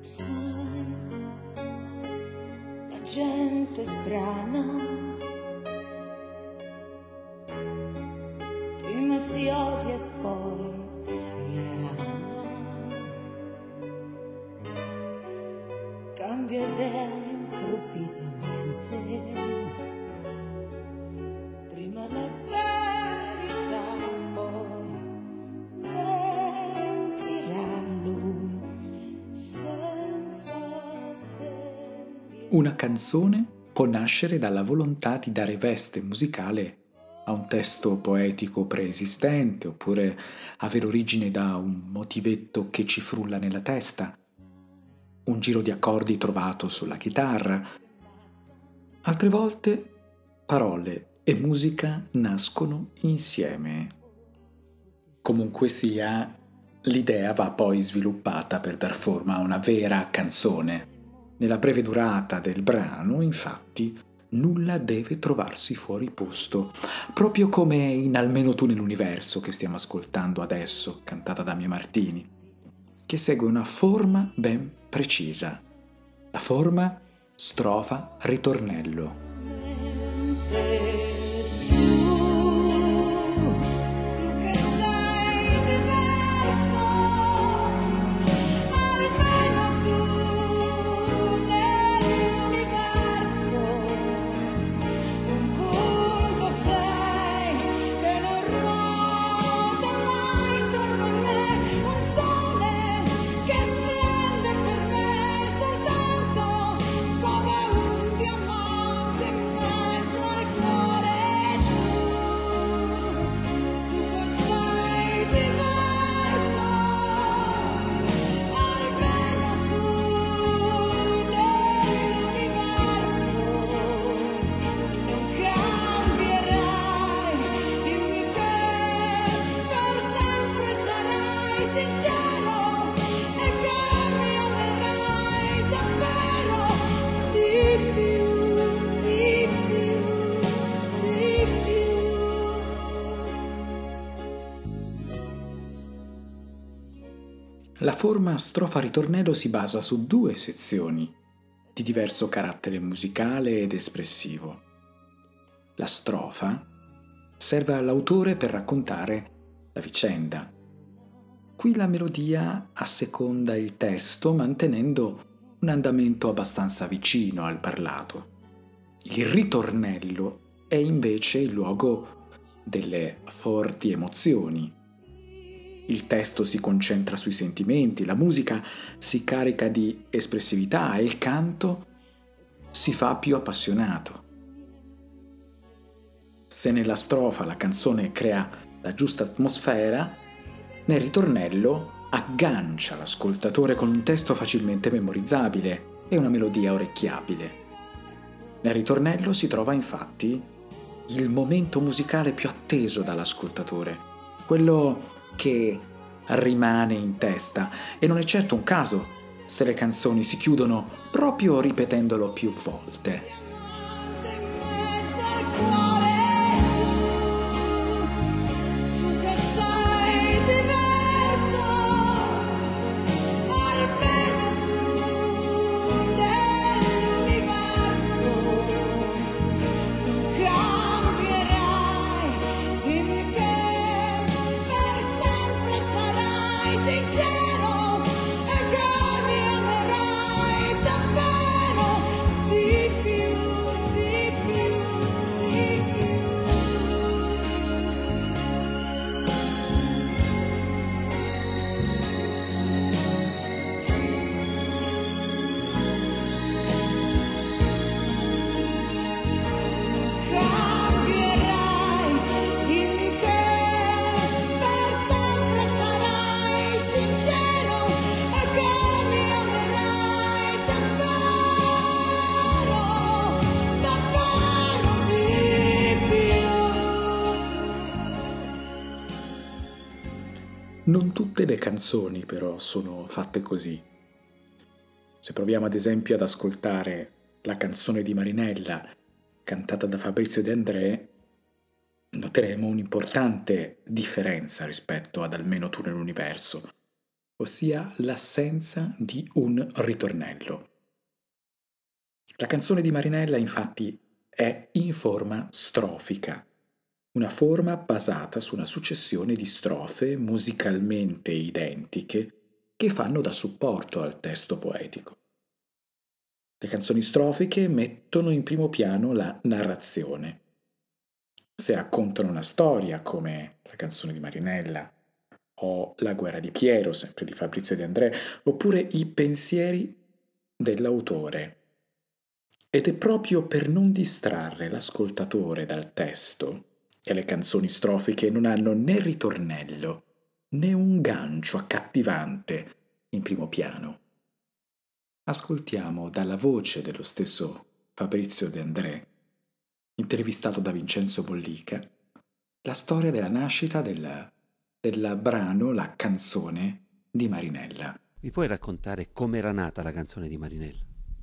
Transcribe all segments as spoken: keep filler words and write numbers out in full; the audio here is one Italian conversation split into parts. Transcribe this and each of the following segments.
Sai, la gente strana prima si odia e poi si ama, cambia idea improvvisamente, prima la verità, poi mentirà lui senza serie. Una canzone può nascere dalla volontà di dare veste musicale a un testo poetico preesistente, oppure avere origine da un motivetto che ci frulla nella testa, un giro di accordi trovato sulla chitarra. Altre volte parole e musica nascono insieme. Comunque sia, l'idea va poi sviluppata per dar forma a una vera canzone. Nella breve durata del brano, infatti, nulla deve trovarsi fuori posto, proprio come in Almeno tu nell'universo che stiamo ascoltando adesso, cantata da Mia Martini, che segue una forma ben precisa. La forma strofa-ritornello. La forma strofa-ritornello si basa su due sezioni di diverso carattere musicale ed espressivo. La strofa serve all'autore per raccontare la vicenda. Qui la melodia asseconda il testo mantenendo un andamento abbastanza vicino al parlato. Il ritornello è invece il luogo delle forti emozioni. Il testo si concentra sui sentimenti, la musica si carica di espressività e il canto si fa più appassionato. Se nella strofa la canzone crea la giusta atmosfera, nel ritornello aggancia l'ascoltatore con un testo facilmente memorizzabile e una melodia orecchiabile. Nel ritornello si trova infatti il momento musicale più atteso dall'ascoltatore, quello che rimane in testa, e non è certo un caso se le canzoni si chiudono proprio ripetendolo più volte. Non tutte le canzoni però sono fatte così. Se proviamo ad esempio ad ascoltare la canzone di Marinella cantata da Fabrizio De André, noteremo un'importante differenza rispetto ad Almeno tu nell'universo, ossia l'assenza di un ritornello. La canzone di Marinella, infatti, è in forma strofica, una forma basata su una successione di strofe musicalmente identiche che fanno da supporto al testo poetico. Le canzoni strofiche mettono in primo piano la narrazione. Se raccontano una storia, come la canzone di Marinella, o La guerra di Piero, sempre di Fabrizio De André, oppure i pensieri dell'autore. Ed è proprio per non distrarre l'ascoltatore dal testo che le canzoni strofiche non hanno né ritornello né un gancio accattivante in primo piano. Ascoltiamo dalla voce dello stesso Fabrizio De André, intervistato da Vincenzo Bollica, la storia della nascita del, del brano, la canzone di Marinella. Mi puoi raccontare com'era nata la canzone di Marinella?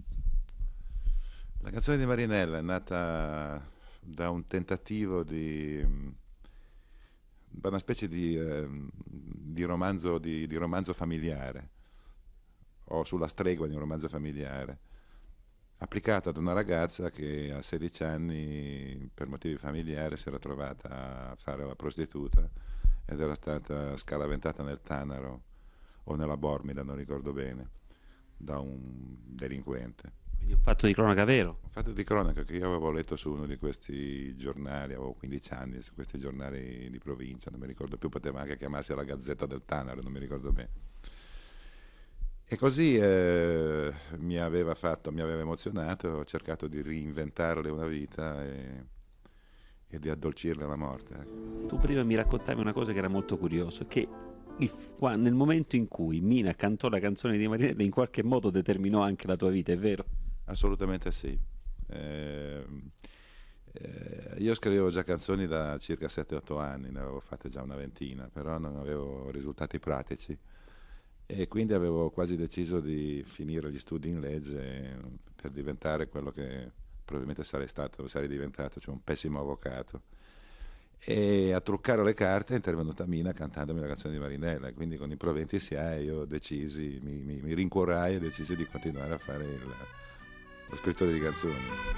La canzone di Marinella è nata da un tentativo di, da una specie di, eh, di, romanzo, di, di romanzo familiare, o sulla stregua di un romanzo familiare, applicato ad una ragazza che a sedici anni, per motivi familiari, si era trovata a fare la prostituta ed era stata scaraventata nel Tanaro o nella Bormida, non ricordo bene, da un delinquente. Quindi un fatto di cronaca vero? Un fatto di cronaca che io avevo letto su uno di questi giornali, avevo quindici anni, su questi giornali di provincia, non mi ricordo più, poteva anche chiamarsi la Gazzetta del Tanaro, non mi ricordo bene. E così eh, mi aveva fatto, mi aveva emozionato, ho cercato di reinventarle una vita e, e di addolcirle la morte. Tu prima mi raccontavi una cosa che era molto curiosa, che il, qua, nel momento in cui Mina cantò la canzone di Marinella in qualche modo determinò anche la tua vita, è vero? Assolutamente sì. Eh, eh, io scrivevo già canzoni da circa sette otto anni, ne avevo fatte già una ventina, però non avevo risultati pratici. E quindi avevo quasi deciso di finire gli studi in legge per diventare quello che probabilmente sarei stato, sarei diventato, cioè un pessimo avvocato. E a truccare le carte è intervenuta Mina cantandomi la canzone di Marinella, e quindi con i proventi si ha io decisi, mi, mi, mi rincuorai e decisi di continuare a fare il, lo scrittore di canzoni.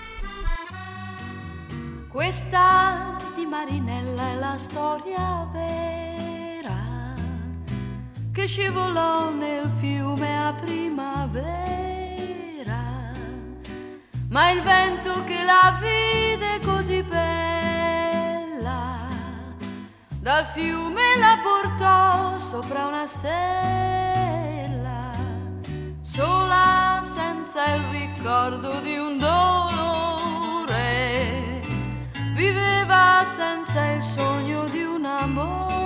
Questa di Marinella è la storia vera che scivolò nel fiume a primavera, ma il vento che la vide così bella dal fiume la portò sopra una stella, sola senza il ricordo di un dolore, viveva senza il sogno di un amore.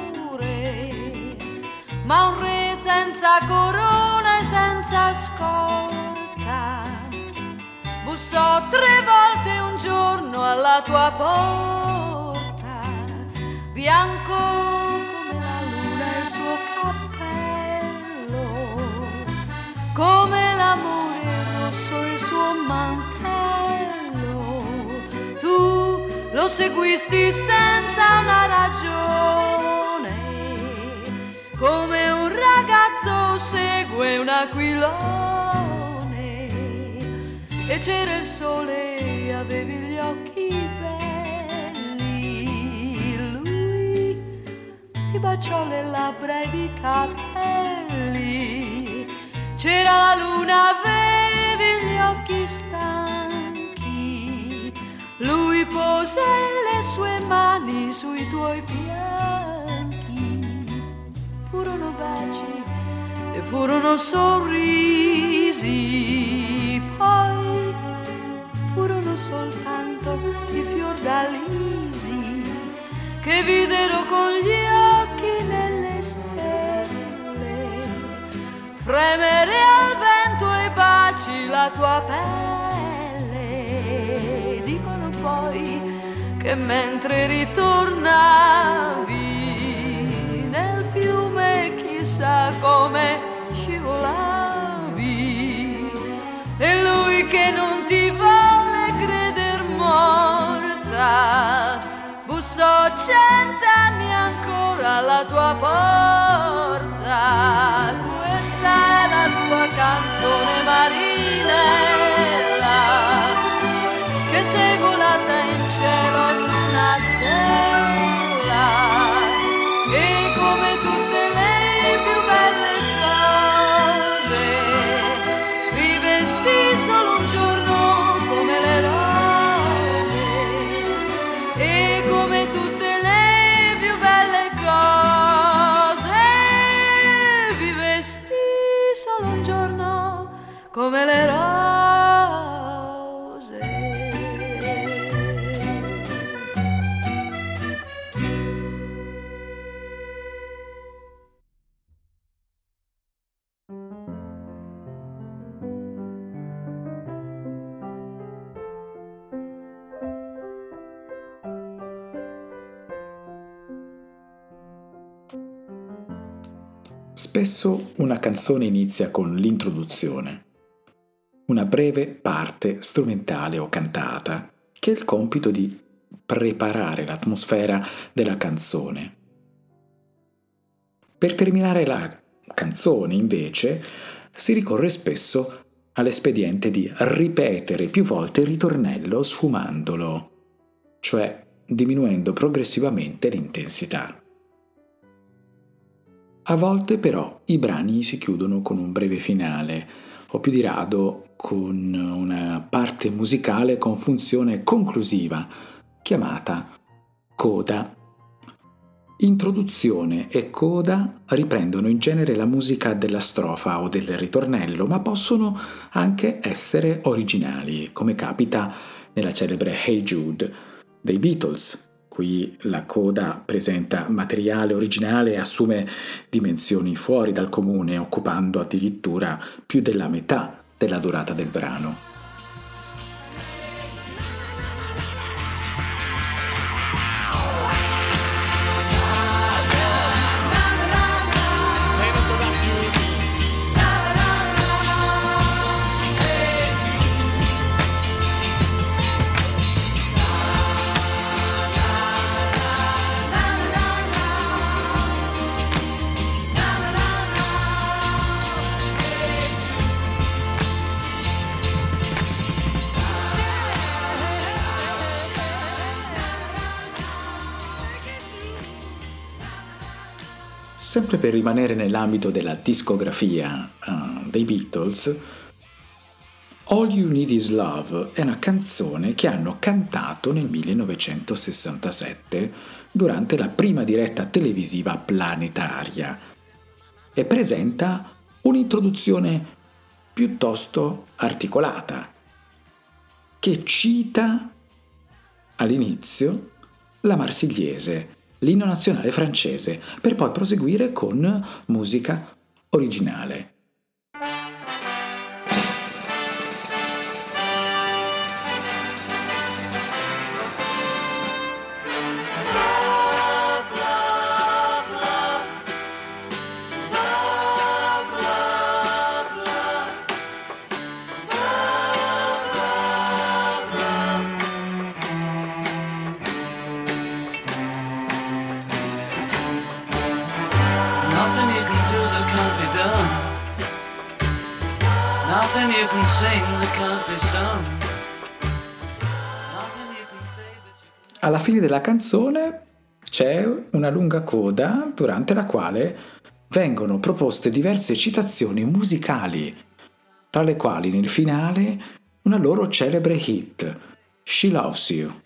Ma un re senza corona e senza scorta bussò tre volte un giorno alla tua porta, bianco come la luna il suo cappello, come l'amore rosso il suo mantello. Tu lo seguisti senza una ragione, come un ragazzo segue un aquilone, e c'era il sole e avevi gli occhi belli, lui ti baciò le labbra ed i capelli, c'era la luna, avevi gli occhi stanchi, lui pose le sue mani sui tuoi fianchi. Furono baci e furono sorrisi, poi furono soltanto i fiordalisi che videro con gli occhi nelle stelle fremere al vento e baci la tua pelle. Dicono poi che mentre ritornavi chissà come scivolavi, e lui che non ti volle creder morta bussò cent'anni ancora alla tua porta. in cielo su una stella, e come tutte le più belle cose vivesti solo un giorno come le rose, e come tutte le più belle cose vivesti solo un giorno come le rose. Spesso una canzone inizia con l'introduzione, una breve parte strumentale o cantata, che è il compito di preparare l'atmosfera della canzone. Per terminare la canzone, invece, si ricorre spesso all'espediente di ripetere più volte il ritornello sfumandolo, cioè diminuendo progressivamente l'intensità. A volte però i brani si chiudono con un breve finale, o più di rado con una parte musicale con funzione conclusiva, chiamata coda. Introduzione e coda riprendono in genere la musica della strofa o del ritornello, ma possono anche essere originali, come capita nella celebre Hey Jude dei Beatles. Qui la coda presenta materiale originale e assume dimensioni fuori dal comune, occupando addirittura più della metà della durata del brano. Sempre per rimanere nell'ambito della discografia uh, dei Beatles, All You Need Is Love è una canzone che hanno cantato nel millenovecentosessantasette durante la prima diretta televisiva planetaria e presenta un'introduzione piuttosto articolata che cita all'inizio la Marsigliese, l'inno nazionale francese, per poi proseguire con musica originale. Nothing you can sing that can't be sung. Nothing you can say but you can... Alla fine della canzone c'è una lunga coda durante la quale vengono proposte diverse citazioni musicali, tra le quali nel finale una loro celebre hit, She Loves You.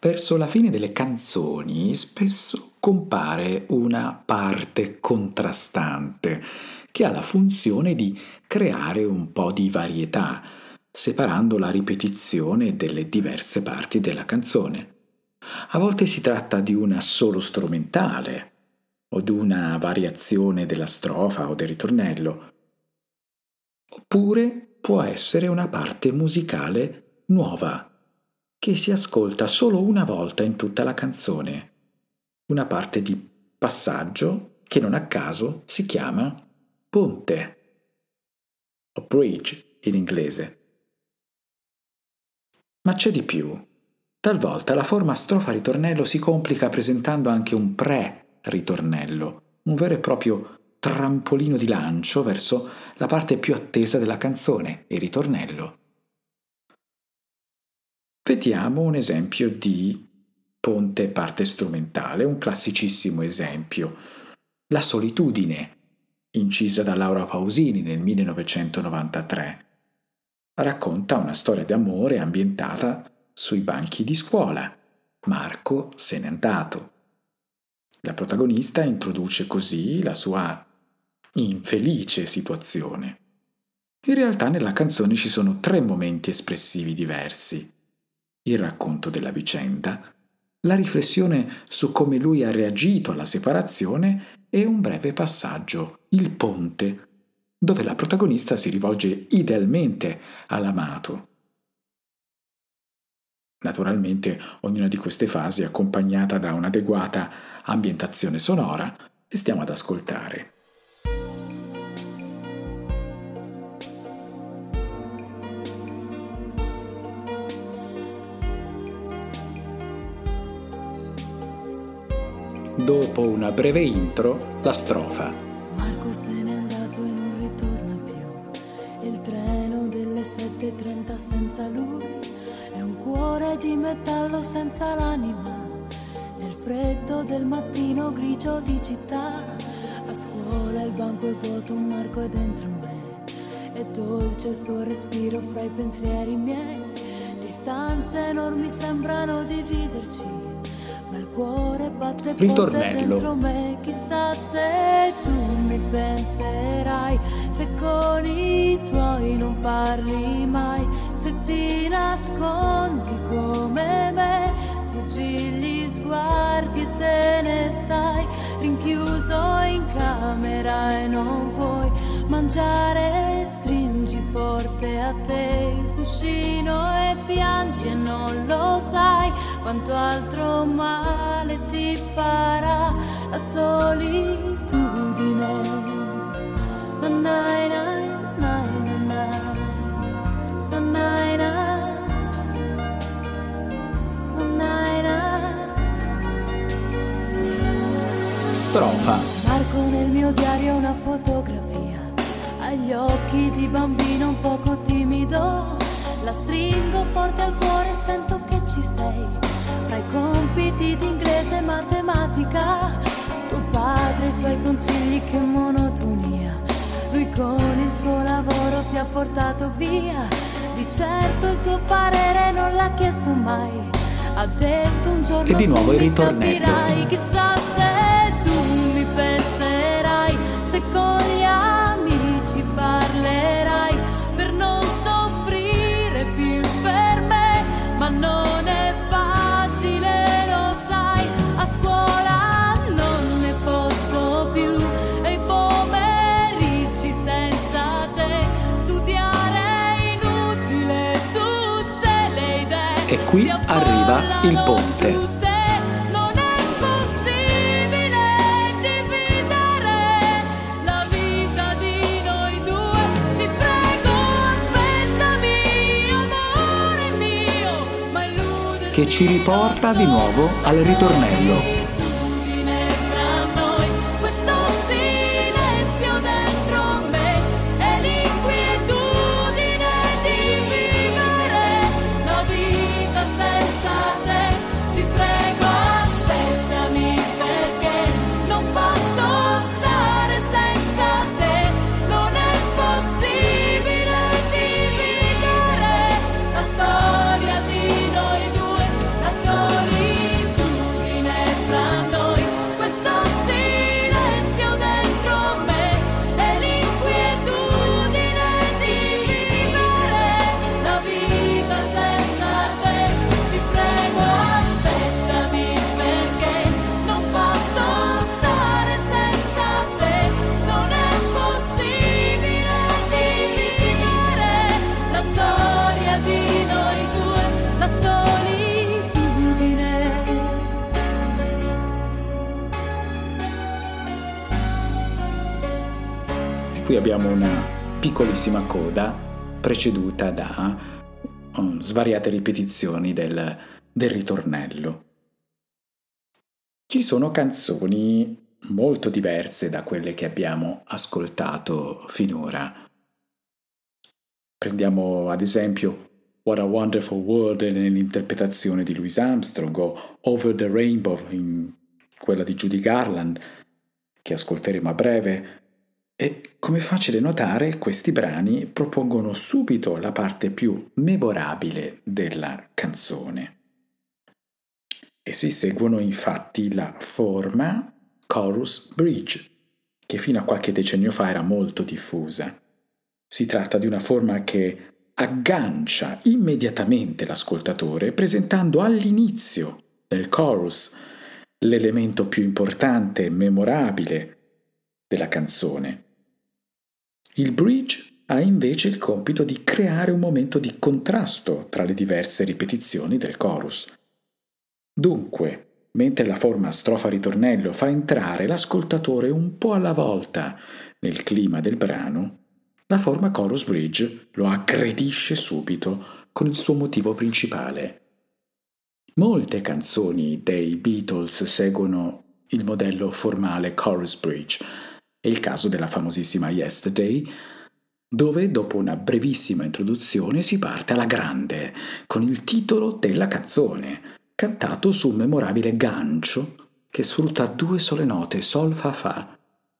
Verso la fine delle canzoni spesso compare una parte contrastante che ha la funzione di creare un po' di varietà, separando la ripetizione delle diverse parti della canzone. A volte si tratta di una solo strumentale o di una variazione della strofa o del ritornello, oppure può essere una parte musicale nuova che si ascolta solo una volta in tutta la canzone, una parte di passaggio che non a caso si chiama ponte o bridge in inglese. Ma c'è di più. Talvolta la forma strofa-ritornello si complica presentando anche un pre-ritornello, un vero e proprio trampolino di lancio verso la parte più attesa della canzone, il ritornello. Vediamo un esempio di ponte parte strumentale, un classicissimo esempio. La solitudine, incisa da Laura Pausini nel millenovecentonovantatré. Racconta una storia d'amore ambientata sui banchi di scuola. Marco se n'è andato. La protagonista introduce così la sua infelice situazione. In realtà nella canzone ci sono tre momenti espressivi diversi: il racconto della vicenda, la riflessione su come lui ha reagito alla separazione e un breve passaggio, il ponte, dove la protagonista si rivolge idealmente all'amato. Naturalmente ognuna di queste fasi è accompagnata da un'adeguata ambientazione sonora e stiamo ad ascoltare. Dopo una breve intro, la strofa. Marco se n'è andato e non ritorna più. Il treno delle sette e trenta senza lui è un cuore di metallo senza l'anima. Nel freddo del mattino grigio di città, a scuola il banco è vuoto, un Marco è dentro me. È dolce il suo respiro fra i pensieri miei. Distanze enormi sembrano dividerci, ma il cuore batte forte dentro me. Chissà se tu mi penserai, se con i tuoi non parli mai, se ti nascondi come me, sfuggi gli sguardi e te ne stai rinchiuso in camera e non vuoi mangiare, stringi forte a te il cuscino e piangi e non lo sai quanto altro male ti farà la solitudine. Nanai, nai, nai, nanai, nanai, nanai, nanai. Strofa. Marco nel mio diario una fotografia, agli occhi di bambino un poco timido. La stringo forte al cuore e sento che ci sei. Fra i compiti di inglese e matematica, tuo padre e i suoi consigli, che monotonia. Lui con il suo lavoro ti ha portato via. Di certo il tuo parere non l'ha chiesto mai. Ha detto un giorno e di nuovo tu il mi ritornello. capirai. Chissà se tu mi penserai, se con gli amici parlerai, per non soffrire più per me. Ma non è facile, lo sai, a scuola non ne posso più e i pomeriggi senza te, studiare è inutile, tutte le idee E qui si arriva il affollano ponte. su te. Non è possibile dividere la vita di noi due. Ti prego, aspettami, amore mio, ma illuditi Che ci riporta di nuovo al ritornello. solitudine fra noi, questo silenzio dentro me è l'inquietudine di vivere la vita senza te. Ti prego, aspettami, perché non posso stare senza te. Non è possibile dividere la storia di noi due, la solitudine. Qui abbiamo una piccolissima coda preceduta da um, svariate ripetizioni del, del ritornello. Ci sono canzoni molto diverse da quelle che abbiamo ascoltato finora. Prendiamo ad esempio What a Wonderful World nell'interpretazione di Louis Armstrong o Over the Rainbow in quella di Judy Garland, che ascolteremo a breve. E come è facile notare, questi brani propongono subito la parte più memorabile della canzone. Essi seguono infatti la forma chorus bridge, che fino a qualche decennio fa era molto diffusa. Si tratta di una forma che aggancia immediatamente l'ascoltatore presentando all'inizio del chorus l'elemento più importante e memorabile della canzone. Il bridge ha invece il compito di creare un momento di contrasto tra le diverse ripetizioni del chorus. Dunque, mentre la forma strofa-ritornello fa entrare l'ascoltatore un po' alla volta nel clima del brano, la forma chorus bridge lo aggredisce subito con il suo motivo principale. Molte canzoni dei Beatles seguono il modello formale chorus bridge. È il caso della famosissima Yesterday, dove dopo una brevissima introduzione si parte alla grande con il titolo della canzone, cantato su un memorabile gancio che sfrutta due sole note, sol fa fa.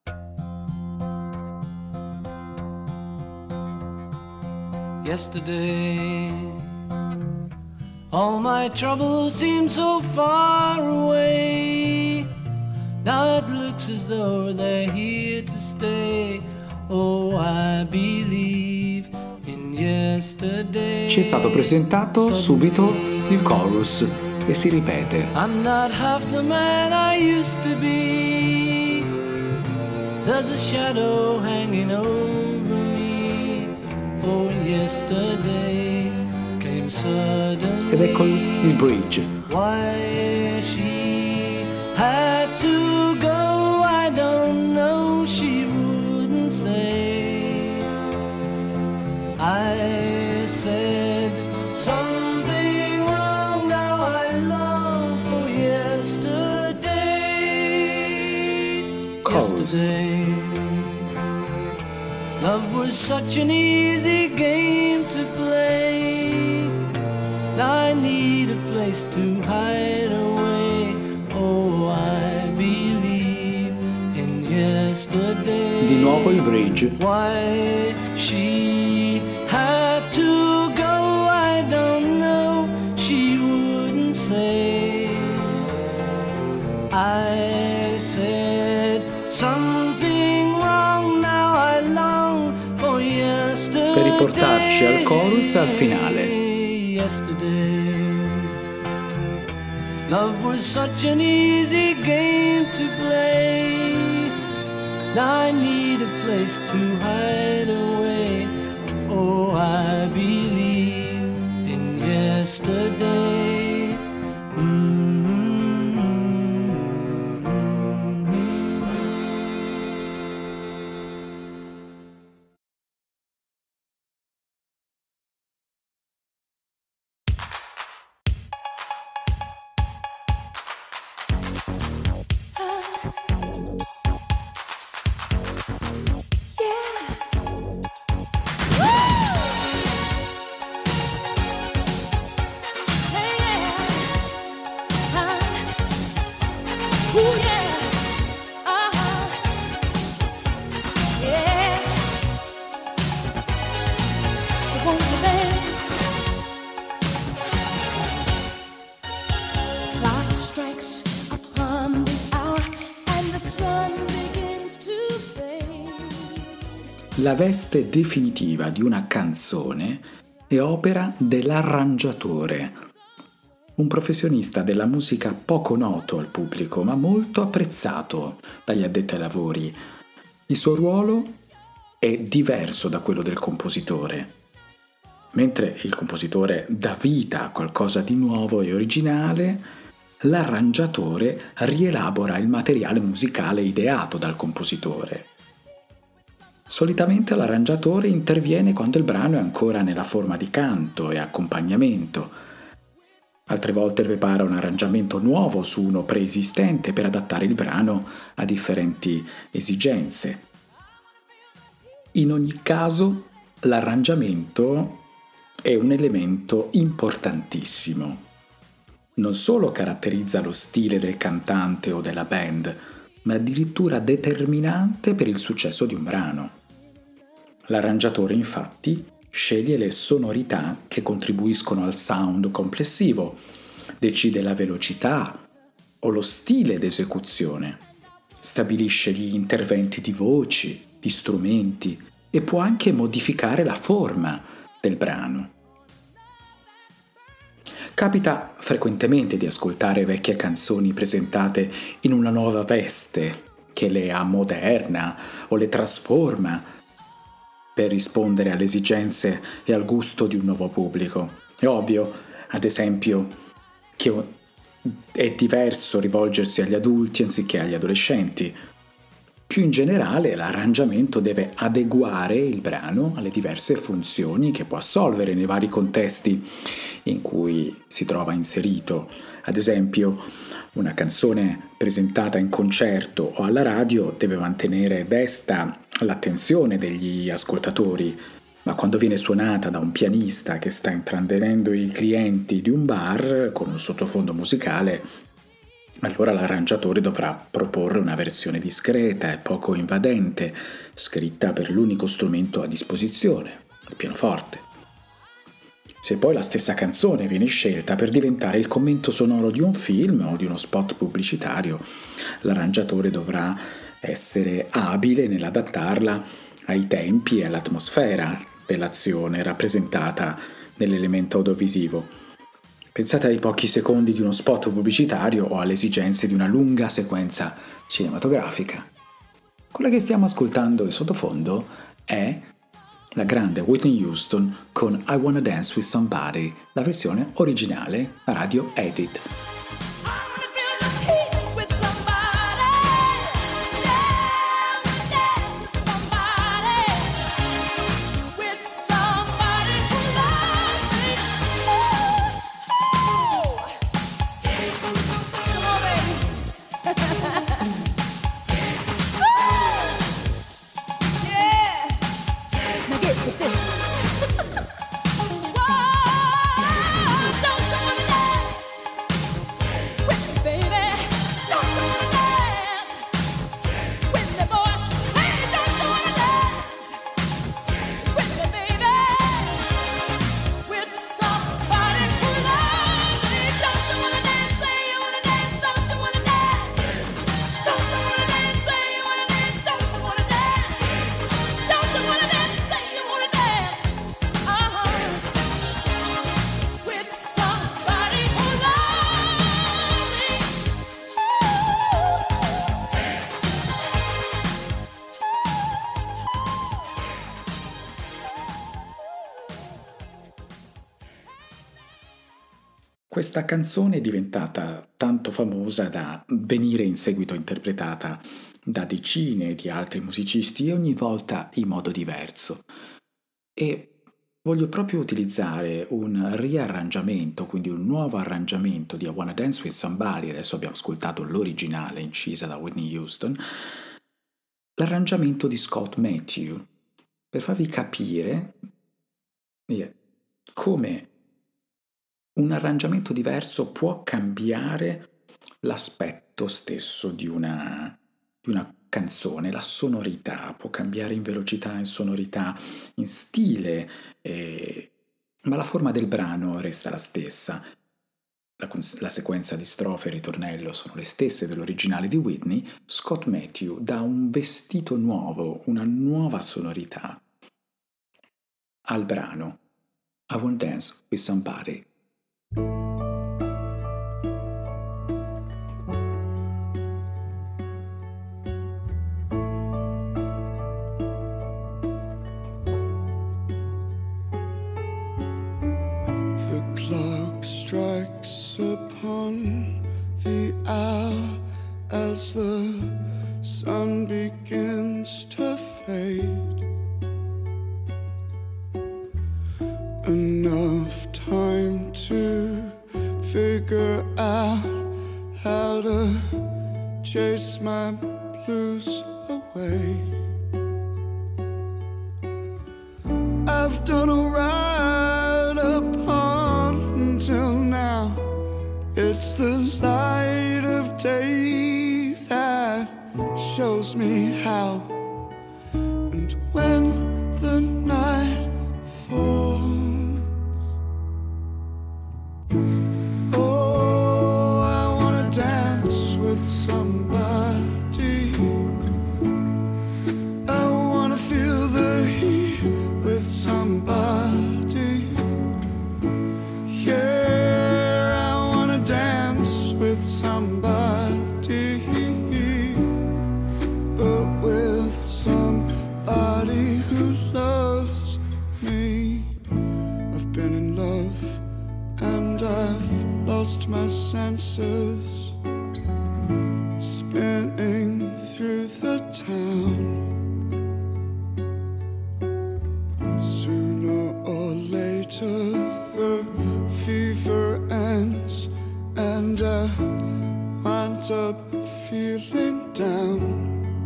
Yesterday, all my troubles seem so far away. Now it looks as though they're here to stay. Oh, I believe in yesterday. Ci è stato presentato subito il chorus e si ripete. I'm not half the man I used to be. There's a shadow hanging over me. Oh, yesterday came suddenly. Ed ecco il bridge. Why she had to go, I don't know, she wouldn't say. I said something wrong, now I long for yesterday. Chorus. Yesterday, love was such an easy game to play. Now I need a place to hide away. Oh, I believe in yesterday. Di nuovo il bridge. Why she had to go, I don't know, she wouldn't say. I said something wrong, now I long for yesterday. Per riportarci al chorus al finale. Yesterday, love was such an easy game to play. Now I need a place to hide away. Oh, I believe in yesterday. Mm-hmm. La veste definitiva di una canzone è opera dell'arrangiatore, un professionista della musica poco noto al pubblico ma molto apprezzato dagli addetti ai lavori. Il suo ruolo è diverso da quello del compositore. Mentre il compositore dà vita a qualcosa di nuovo e originale, l'arrangiatore rielabora il materiale musicale ideato dal compositore. Solitamente l'arrangiatore interviene quando il brano è ancora nella forma di canto e accompagnamento. Altre volte prepara un arrangiamento nuovo su uno preesistente per adattare il brano a differenti esigenze. In ogni caso, l'arrangiamento è un elemento importantissimo. Non solo caratterizza lo stile del cantante o della band, ma addirittura determinante per il successo di un brano. L'arrangiatore, infatti, sceglie le sonorità che contribuiscono al sound complessivo, decide la velocità o lo stile d'esecuzione, stabilisce gli interventi di voci, di strumenti e può anche modificare la forma del brano. Capita frequentemente di ascoltare vecchie canzoni presentate in una nuova veste che le ammoderna o le trasforma per rispondere alle esigenze e al gusto di un nuovo pubblico. È ovvio, ad esempio, che è diverso rivolgersi agli adulti anziché agli adolescenti. Più in generale, l'arrangiamento deve adeguare il brano alle diverse funzioni che può assolvere nei vari contesti in cui si trova inserito. Ad esempio, una canzone presentata in concerto o alla radio deve mantenere desta l'attenzione degli ascoltatori, ma quando viene suonata da un pianista che sta intrattenendo i clienti di un bar con un sottofondo musicale, allora l'arrangiatore dovrà proporre una versione discreta e poco invadente, scritta per l'unico strumento a disposizione, il pianoforte. Se poi la stessa canzone viene scelta per diventare il commento sonoro di un film o di uno spot pubblicitario, l'arrangiatore dovrà essere abile nell'adattarla ai tempi e all'atmosfera dell'azione rappresentata nell'elemento audiovisivo. Pensate ai pochi secondi di uno spot pubblicitario o alle esigenze di una lunga sequenza cinematografica. Quella che stiamo ascoltando in sottofondo è la grande Whitney Houston con I Wanna Dance With Somebody, la versione originale, la radio edit. Questa canzone è diventata tanto famosa da venire in seguito interpretata da decine di altri musicisti e ogni volta in modo diverso. E voglio proprio utilizzare un riarrangiamento, quindi un nuovo arrangiamento di I Wanna Dance With Somebody, adesso abbiamo ascoltato l'originale incisa da Whitney Houston, l'arrangiamento di Scott Matthew, per farvi capire come un arrangiamento diverso può cambiare l'aspetto stesso di una, di una canzone, la sonorità, può cambiare in velocità, in sonorità, in stile, eh, ma la forma del brano resta la stessa. La, la sequenza di strofe e ritornello sono le stesse dell'originale di Whitney. Scott Matthew dà un vestito nuovo, una nuova sonorità al brano I Wanna Dance With Somebody. The clock strikes upon the hour as the sun begins to fade. gotta chase my blues away. I've done alright up until now. It's the light of day that shows me how. And when the night falls, oh, I wanna dance with somebody. I wanna feel the heat with somebody. Yeah, I wanna dance with somebody, but with somebody who loves me. I've been in love and I've lost my senses, spinning through the town. Sooner or later the fever ends and I wind up feeling down.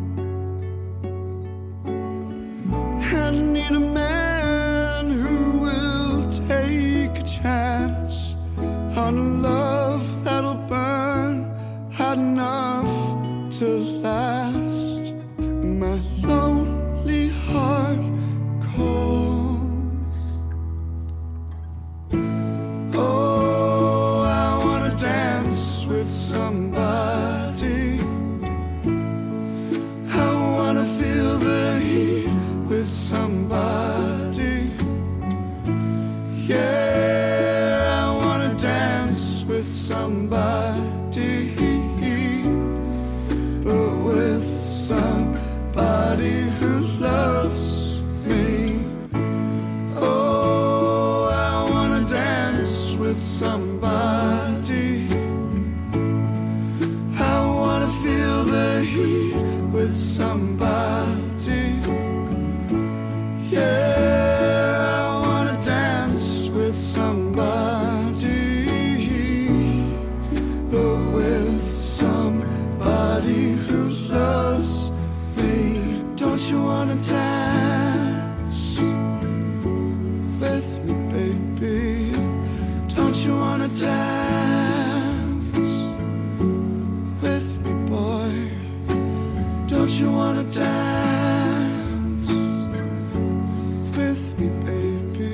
I need a man who will take a chance on a love that'll burn hot enough to last. My lonely heart calls. Oh, I wanna dance with somebody. I wanna feel the heat with somebody. Yeah, I wanna dance with somebody, but with somebody who loves me. Oh, I wanna dance with somebody. I wanna feel the heat with somebody. Yeah, I wanna dance with somebody, but with somebody who loves me. Don't you wanna dance with me, baby? Don't you wanna dance with me, boy? Don't you wanna dance with me, baby?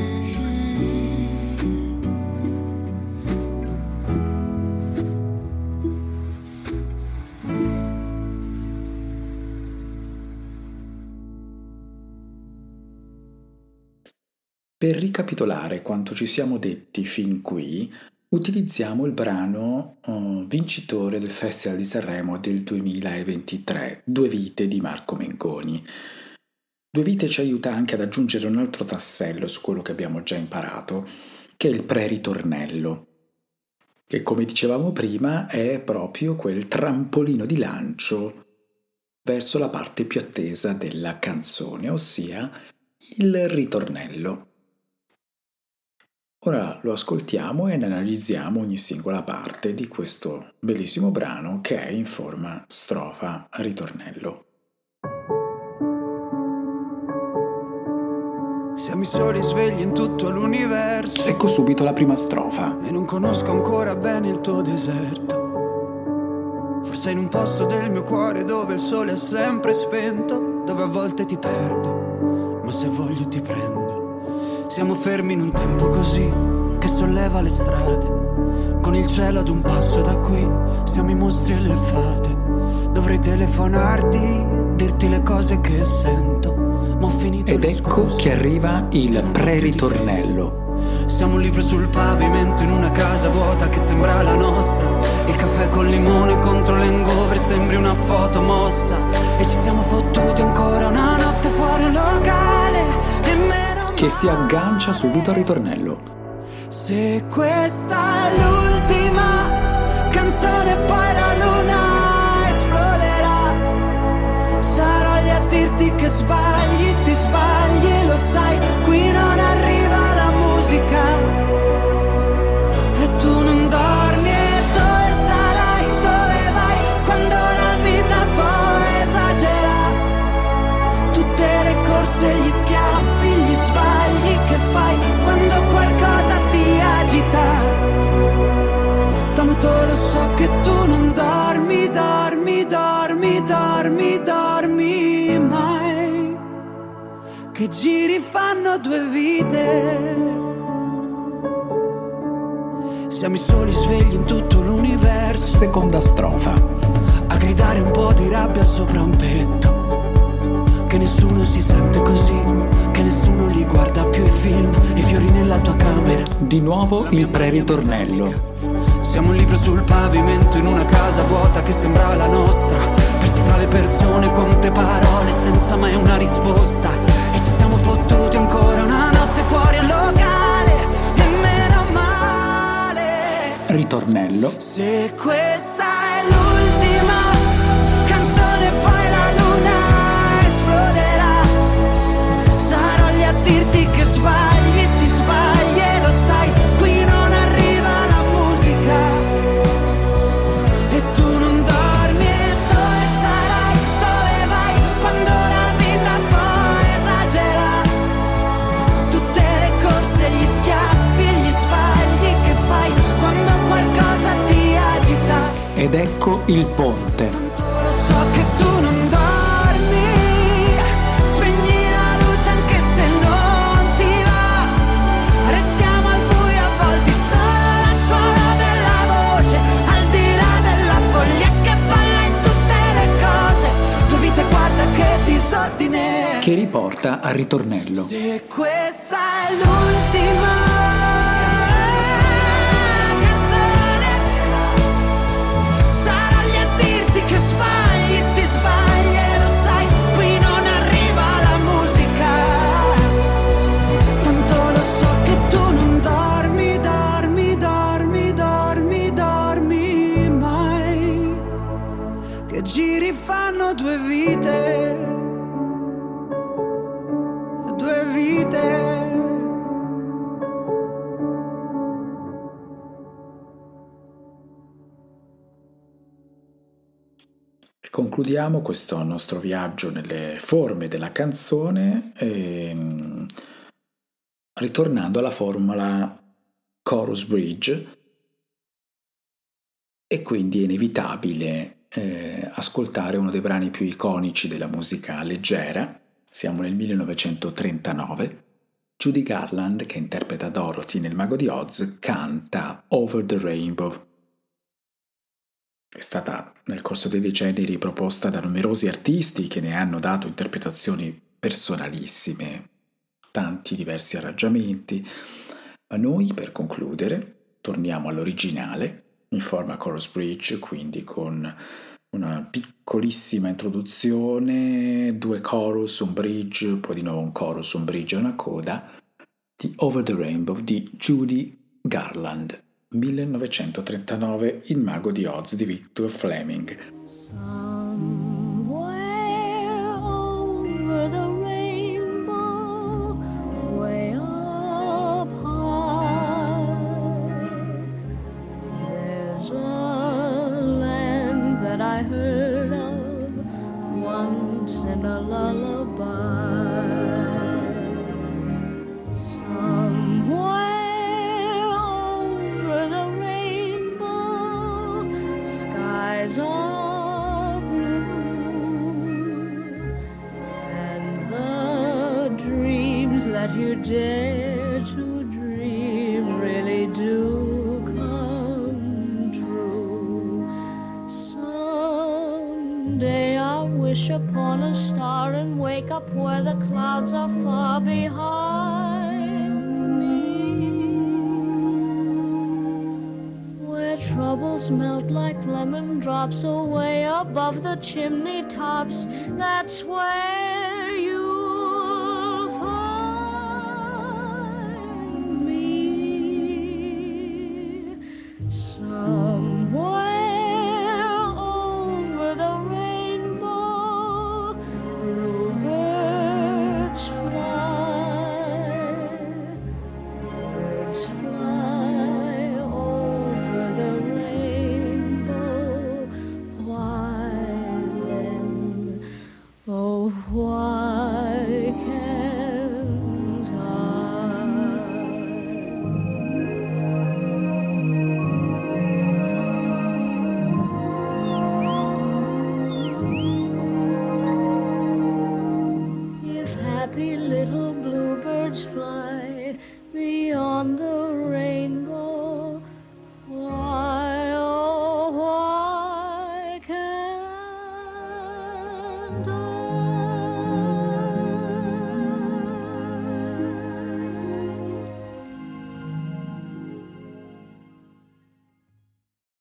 Per ricapitolare quanto ci siamo detti fin qui, utilizziamo il brano uh, vincitore del Festival di Sanremo del duemilaventitré, Due vite di Marco Mengoni. Due vite ci aiuta anche ad aggiungere un altro tassello su quello che abbiamo già imparato, che è il pre-ritornello, che come dicevamo prima è proprio quel trampolino di lancio verso la parte più attesa della canzone, ossia il ritornello. Ora lo ascoltiamo e ne analizziamo ogni singola parte di questo bellissimo brano che è in forma strofa-ritornello. Siamo i soli svegli in tutto l'universo. Ecco subito la prima strofa. E non conosco ancora bene il tuo deserto. Forse in un posto del mio cuore dove il sole è sempre spento, dove a volte ti perdo, ma se voglio ti prendo. Siamo fermi in un tempo così che solleva le strade, con il cielo ad un passo da qui. Siamo i mostri e le fate. Dovrei telefonarti, dirti le cose che sento, ma ho finito. Ed ecco scuse, che arriva il pre-ritornello. Siamo un libro sul pavimento in una casa vuota che sembra la nostra. Il caffè col limone contro l'hangover sembri una foto mossa. E ci siamo fottuti ancora una notte fuori un locale che si aggancia subito al ritornello. Se questa è l'ultima canzone poi la luna esploderà. Sarò lì a dirti che sbagli, ti sbagli, lo sai, qui non arriva la musica. E tu non dormi e dove sarai, dove che giri fanno due vite. Siamo i soli svegli in tutto l'universo. Seconda strofa. A gridare un po' di rabbia sopra un tetto. Che nessuno si sente così, che nessuno li guarda più i film. I fiori nella tua camera. Di nuovo il pre-ritornello. Siamo un libro sul pavimento in una casa vuota che sembrava la nostra. Persi tra le persone, quante parole senza mai una risposta. E ci siamo fottuti ancora una notte fuori al locale. E meno male. Ritornello. Se questa è l'ultima canzone poi la luna esploderà. Sarò lì a dirti che sbagli, ti sbagli e lo sai. Qui non arriva la musica e tu non dormi. E dove sarai, dove vai, quando la vita poi esagera. Tutte le corse, gli schiaffi e gli sbagli che fai quando qualcosa ti agita. Ed ecco il ponte. Tanto lo so che tu non dormi. Spegni la luce anche se non ti va. Restiamo al buio avvolti solo al suono della voce. Al di là della foglia che balla in tutte le cose. Tua vita guarda che disordine. Che riporta al ritornello. Se questa è l'ultima canzone, sarò lì a dirti che sbagli, ti sbagli e lo sai. Qui non arriva la musica. Tanto lo so che tu non dormi, dormi, dormi, dormi, dormi mai. Che giri fanno due vite. Due vite. E concludiamo questo nostro viaggio nelle forme della canzone ehm, ritornando alla formula chorus bridge, e quindi è inevitabile eh, ascoltare uno dei brani più iconici della musica leggera. Siamo nel millenovecentotrentanove. Judy Garland, che interpreta Dorothy nel Mago di Oz, canta Over the Rainbow. È stata nel corso dei decenni riproposta da numerosi artisti che ne hanno dato interpretazioni personalissime, tanti diversi arrangiamenti. Ma noi, per concludere, torniamo all'originale in forma chorus bridge, quindi con una piccolissima introduzione, due chorus, un bridge, poi di nuovo un chorus, un bridge e una coda di Over the Rainbow di Judy Garland, millenovecentotrentanove, Il Mago di Oz di Victor Fleming. Somewhere over the rainbow, way up high, there's a land that I heard of once in a lullaby. Somewhere over the rainbow, skies are blue, and the dreams that you dare to dream really do come true. Someday I'll wish upon a star and wake up where the clouds are far behind me, where troubles melt like lemon drops away above the chimney tops. That's where